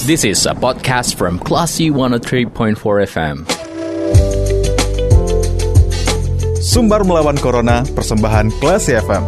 This is a podcast from Classy 103.4 FM. Sumbar melawan Corona, persembahan Classy FM.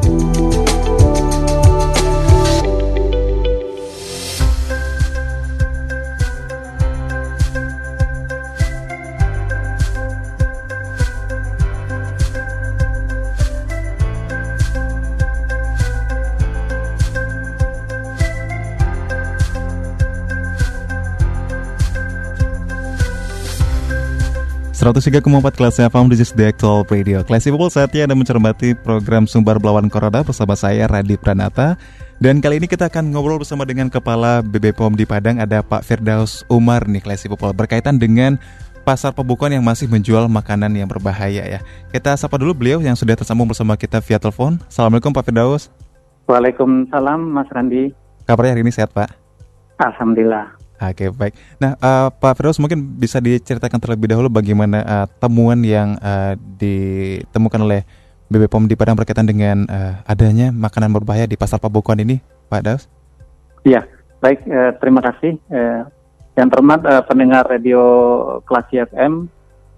Classy FM, this is the actual radio. Classy People, saatnya Anda mencermati program Sumbar Melawan Corona bersama saya Radit Pranata. Dan kali ini kita akan ngobrol bersama dengan Kepala BB POM di Padang, ada Pak Firdaus Umar nih Classy People, berkaitan dengan pasar pembukuan yang masih menjual makanan yang berbahaya ya. Kita sapa dulu beliau yang sudah tersambung bersama kita via telepon. Assalamualaikum Pak Firdaus. Waalaikumsalam Mas Randi. Kabarnya hari ini sehat Pak? Alhamdulillah. Oke, baik. Nah, Pak Firdaus mungkin bisa diceritakan terlebih dahulu bagaimana temuan yang ditemukan oleh BB POM di Padang berkaitan dengan adanya makanan berbahaya di pasar pembukuan ini, Pak Firdaus? Iya, baik. Terima kasih. Yang terhormat pendengar radio Classy FM,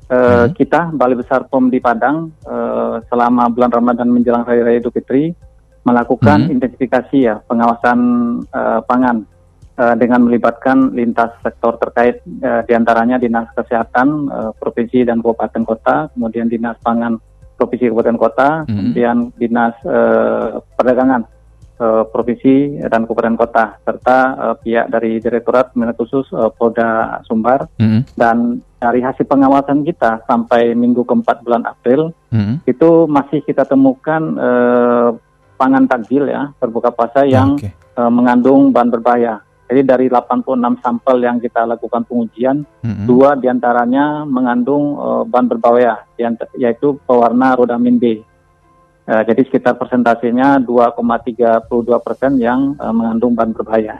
kita Balai Besar POM di Padang selama bulan Ramadan menjelang Hari Raya Idul Fitri melakukan intensifikasi ya pengawasan pangan. Dengan melibatkan lintas sektor terkait, diantaranya Dinas Kesehatan Provinsi dan Kabupaten Kota, kemudian Dinas Pangan Provinsi Kabupaten Kota, kemudian Dinas Perdagangan Provinsi dan Kabupaten Kota, serta pihak dari Direktorat Pembinaan Khusus Polda Sumbar. Dan dari hasil pengawasan kita sampai minggu keempat bulan April, itu masih kita temukan pangan takjil ya, berbuka puasa yang mengandung bahan berbahaya. Jadi dari 86 sampel yang kita lakukan pengujian, 2 diantaranya mengandung bahan berbahaya, yaitu pewarna rodamin B. Jadi sekitar persentasenya 2,32% yang mengandung bahan berbahaya.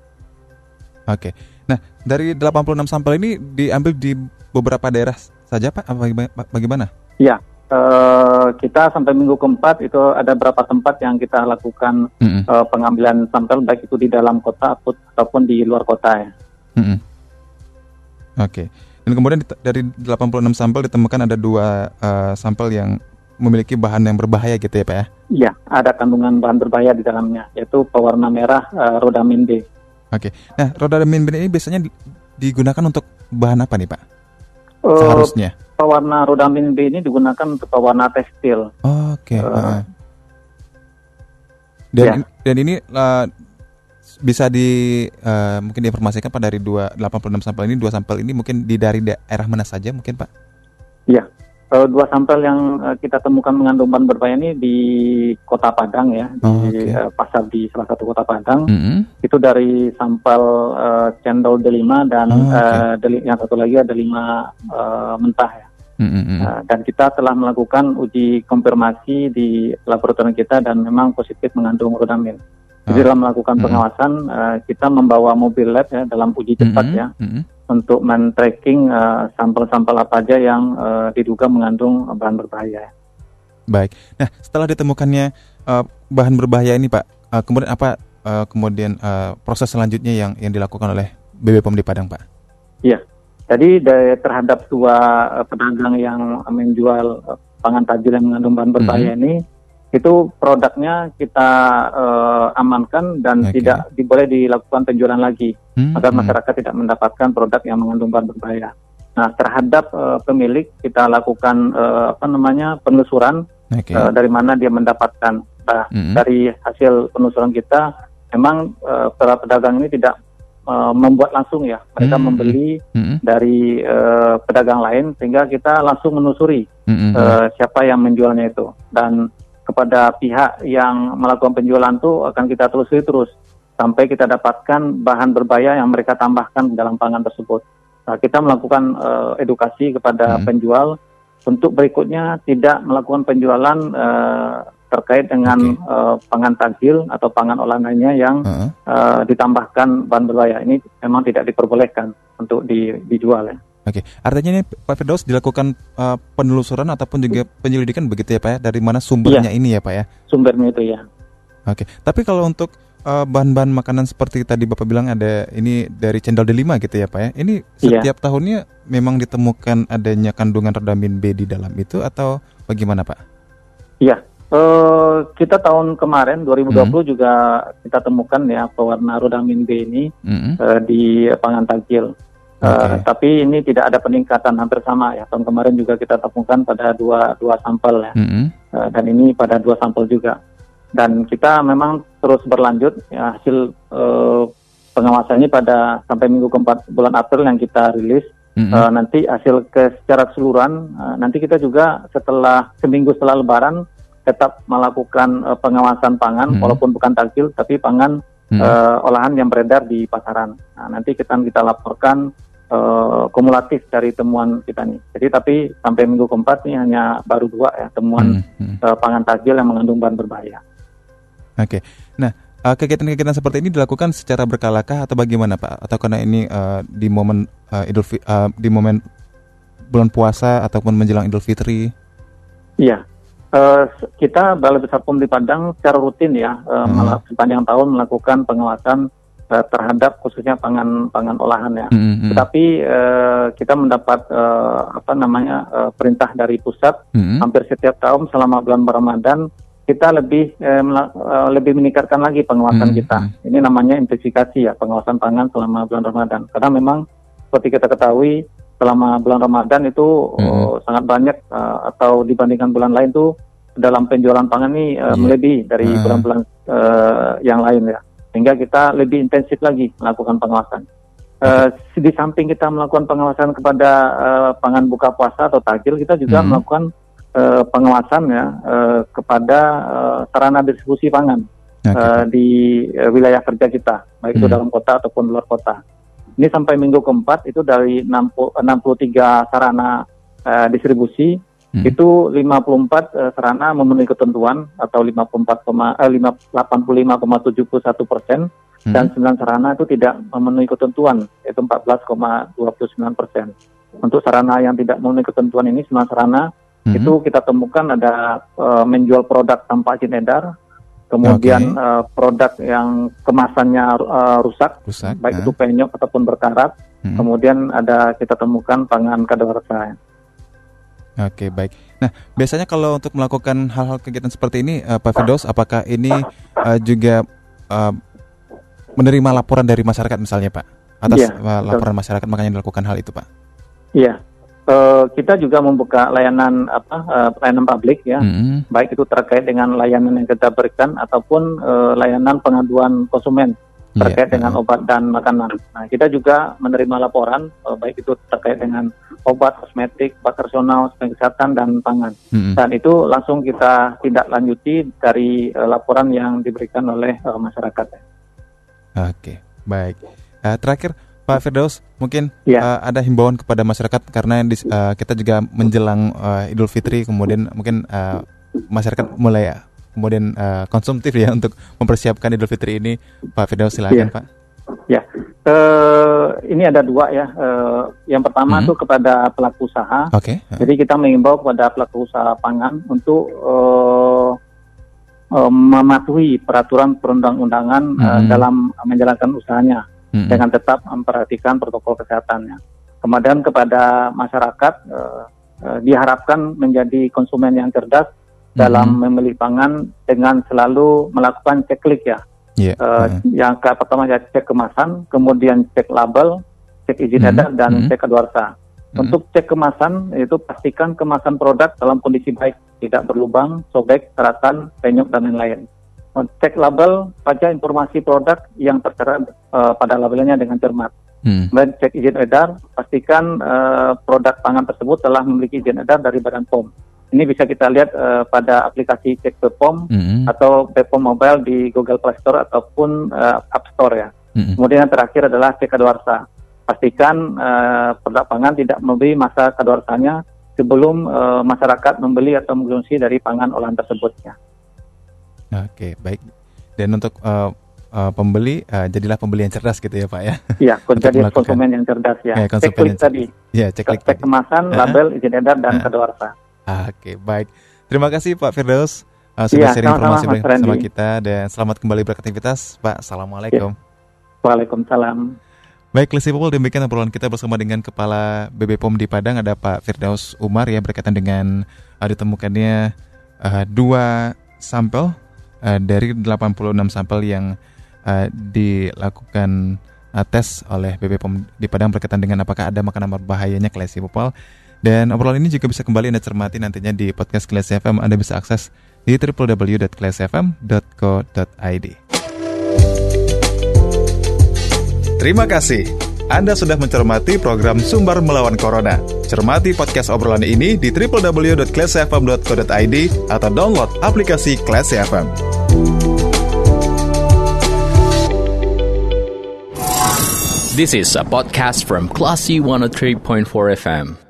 Oke. Nah, dari 86 sampel ini diambil di beberapa daerah saja Pak? Bagaimana? Iya. Kita sampai minggu keempat itu ada beberapa tempat yang kita lakukan pengambilan sampel, baik itu di dalam kota ataupun di luar kota ya. Oke. Dan kemudian dari 86 sampel ditemukan ada 2 sampel yang memiliki bahan yang berbahaya gitu ya Pak ya? Iya, ada kandungan bahan berbahaya di dalamnya, yaitu pewarna merah rodamin B. Oke. Nah, rodamin B ini biasanya digunakan untuk bahan apa nih Pak? Seharusnya pewarna rodamin B ini digunakan untuk pewarna tekstil. Oke. Dan ini bisa mungkin diinformasikan Pak, dari 86 sampel ini, 2 sampel ini mungkin dari daerah mana saja mungkin Pak? Iya. 2 sampel yang kita temukan mengandung bahan berbahaya ini di Kota Padang ya, di pasar di salah satu Kota Padang. Itu dari sampel cendol D5 dan yang satu lagi ada 5 mentah ya. Dan kita telah melakukan uji konfirmasi di laboratorium kita dan memang positif mengandung rodamin. Jadi dalam melakukan pengawasan kita membawa mobil lab ya dalam uji cepat ya. Untuk men-tracking sampel-sampel apa aja yang diduga mengandung bahan berbahaya. Baik. Nah, setelah ditemukannya bahan berbahaya ini Pak, kemudian apa proses selanjutnya yang dilakukan oleh BB POM di Padang Pak? Iya. Jadi terhadap 2 pedagang yang menjual pangan takjil yang mengandung bahan berbahaya ini, itu produknya kita amankan dan tidak boleh dilakukan penjualan lagi agar masyarakat tidak mendapatkan produk yang mengandung bahan berbahaya. Nah, terhadap pemilik kita lakukan penelusuran dari mana dia mendapatkan. Nah, dari hasil penelusuran kita memang para pedagang ini tidak membuat langsung ya, mereka membeli dari pedagang lain, sehingga kita langsung menelusuri siapa yang menjualnya itu, dan kepada pihak yang melakukan penjualan itu akan kita telusuri terus sampai kita dapatkan bahan berbahaya yang mereka tambahkan dalam pangan tersebut. Nah, kita melakukan edukasi kepada penjual untuk berikutnya tidak melakukan penjualan terkait dengan pangan takjil atau pangan olahan lainnya yang ditambahkan bahan berbahaya. Ini memang tidak diperbolehkan untuk dijual ya. Oke, artinya ini Pak Firdaus dilakukan penelusuran ataupun juga penyelidikan begitu ya Pak ya? Dari mana sumbernya ini ya Pak ya? Sumbernya itu ya. Oke, tapi kalau untuk bahan-bahan makanan seperti tadi Bapak bilang ada ini dari cendol delima gitu ya Pak ya. Ini setiap tahunnya memang ditemukan adanya kandungan rodamin B di dalam itu atau bagaimana Pak? Iya, kita tahun kemarin 2020 juga kita temukan ya pewarna rodamin B ini di pangan takjil. Tapi ini tidak ada peningkatan, hampir sama ya. Tahun kemarin juga kita temukan pada dua sampel ya, dan ini pada 2 sampel juga. Dan kita memang terus berlanjut ya, hasil pengawasannya pada sampai minggu keempat bulan April yang kita rilis. Nanti hasil secara keseluruhan, nanti kita juga setelah seminggu setelah Lebaran tetap melakukan pengawasan pangan, walaupun bukan takjil tapi pangan olahan yang beredar di pasaran. Nah, nanti kita laporkan kumulatif dari temuan kita nih. Jadi tapi sampai minggu keempat ini hanya baru 2 ya temuan pangan takjil yang mengandung bahan berbahaya. Oke. Nah, kegiatan-kegiatan seperti ini dilakukan secara berkalakah atau bagaimana Pak? Atau karena ini di momen di momen bulan puasa ataupun menjelang Idul Fitri? Iya. Kita Balai Besar POM di Padang secara rutin ya sepanjang tahun melakukan pengawasan terhadap khususnya pangan olahan ya. Tetapi kita mendapat perintah dari pusat hampir setiap tahun selama bulan Ramadan kita lebih meningkatkan lagi pengawasan kita. Ini namanya intensifikasi ya, pengawasan pangan selama bulan Ramadan. Karena memang seperti kita ketahui selama bulan Ramadan itu sangat banyak atau dibandingkan bulan lain tuh dalam penjualan pangan ini melebihi dari bulan-bulan yang lain ya. Sehingga kita lebih intensif lagi melakukan pengawasan. Di samping kita melakukan pengawasan kepada pangan buka puasa atau takjil, kita juga melakukan pengawasan ya kepada sarana distribusi pangan di wilayah kerja kita, baik itu dalam kota ataupun luar kota. Ini sampai minggu keempat itu dari 63 sarana distribusi, itu 54 sarana memenuhi ketentuan atau 85,71%, dan 9 sarana itu tidak memenuhi ketentuan, yaitu 14,29%. Untuk sarana yang tidak memenuhi ketentuan ini, 9 sarana itu kita temukan ada menjual produk tanpa izin edar, kemudian produk yang kemasannya rusak baik itu penyok ataupun berkarat, kemudian ada kita temukan pangan kadaluarsa. Oke, baik. Nah, biasanya kalau untuk melakukan hal-hal kegiatan seperti ini, Pak Firdaus, apakah ini juga menerima laporan dari masyarakat misalnya, Pak? Atas laporan masyarakat makanya dilakukan hal itu, Pak? Iya. Kita juga membuka layanan layanan publik ya, baik itu terkait dengan layanan yang kita berikan ataupun layanan pengaduan konsumen terkait dengan obat dan makanan. Nah, kita juga menerima laporan baik itu terkait dengan obat, kosmetik, obat tradisional, kesehatan dan pangan. Dan itu langsung kita tindak lanjuti dari laporan yang diberikan oleh masyarakat. Oke, baik. Terakhir Pak Firdaus, mungkin ada himbauan kepada masyarakat karena kita juga menjelang Idul Fitri, kemudian mungkin masyarakat mulai kemudian konsumtif ya untuk mempersiapkan Idul Fitri ini. Pak Firdaus, silakan Pak. Ya, ini ada 2 ya. Yang pertama itu kepada pelaku usaha. Jadi kita mengimbau kepada pelaku usaha pangan untuk mematuhi peraturan perundang-undangan dalam menjalankan usahanya, dengan tetap memperhatikan protokol kesehatannya. Kemudian kepada masyarakat diharapkan menjadi konsumen yang cerdas dalam memilih pangan dengan selalu melakukan cek klik ya. Yang pertama ya cek kemasan, kemudian cek label, cek izin edar dan cek kadaluarsa. Untuk cek kemasan itu pastikan kemasan produk dalam kondisi baik, tidak berlubang, sobek, karatan, penyok dan lain-lain. Cek label, baca informasi produk yang tertera pada labelnya dengan cermat. Kemudian cek izin edar, pastikan produk pangan tersebut telah memiliki izin edar dari Badan POM. Ini bisa kita lihat pada aplikasi Cek BPOM atau BPOM Mobile di Google Play Store ataupun App Store ya. Kemudian yang terakhir adalah cek kadaluarsa. Pastikan produk pangan tidak membeli masa kadaluarsanya sebelum masyarakat membeli atau mengkonsumsi dari pangan olahan tersebut ya. Oke, baik. Dan untuk pembeli, jadilah pembeli yang cerdas gitu ya Pak ya? Iya, jadi konsumen yang cerdas ya. Cek klik tadi. Ya, cek kemasan, label, izin edar dan kadaluarsa. Oke, baik. Terima kasih Pak Firdaus sudah sharing informasi bersama kita, dan selamat kembali beraktivitas, Pak. Assalamualaikum. Waalaikumsalam. Baik, Classy People, demikian obrolan kita bersama dengan Kepala BB POM di Padang, ada Pak Firdaus Umar ya, berkaitan dengan ditemukannya 2 sampel dari 86 sampel yang dilakukan tes oleh BB POM di Padang berkaitan dengan apakah ada makanan berbahayanya, Classy People. Dan obrolan ini juga bisa kembali Anda cermati nantinya di podcast Classy FM. Anda bisa akses di www.classyfm.co.id. Terima kasih. Anda sudah mencermati program Sumber Melawan Corona. Cermati podcast obrolan ini di www.classyfm.co.id atau download aplikasi Classy FM. This is a podcast from Classy 103.4 FM.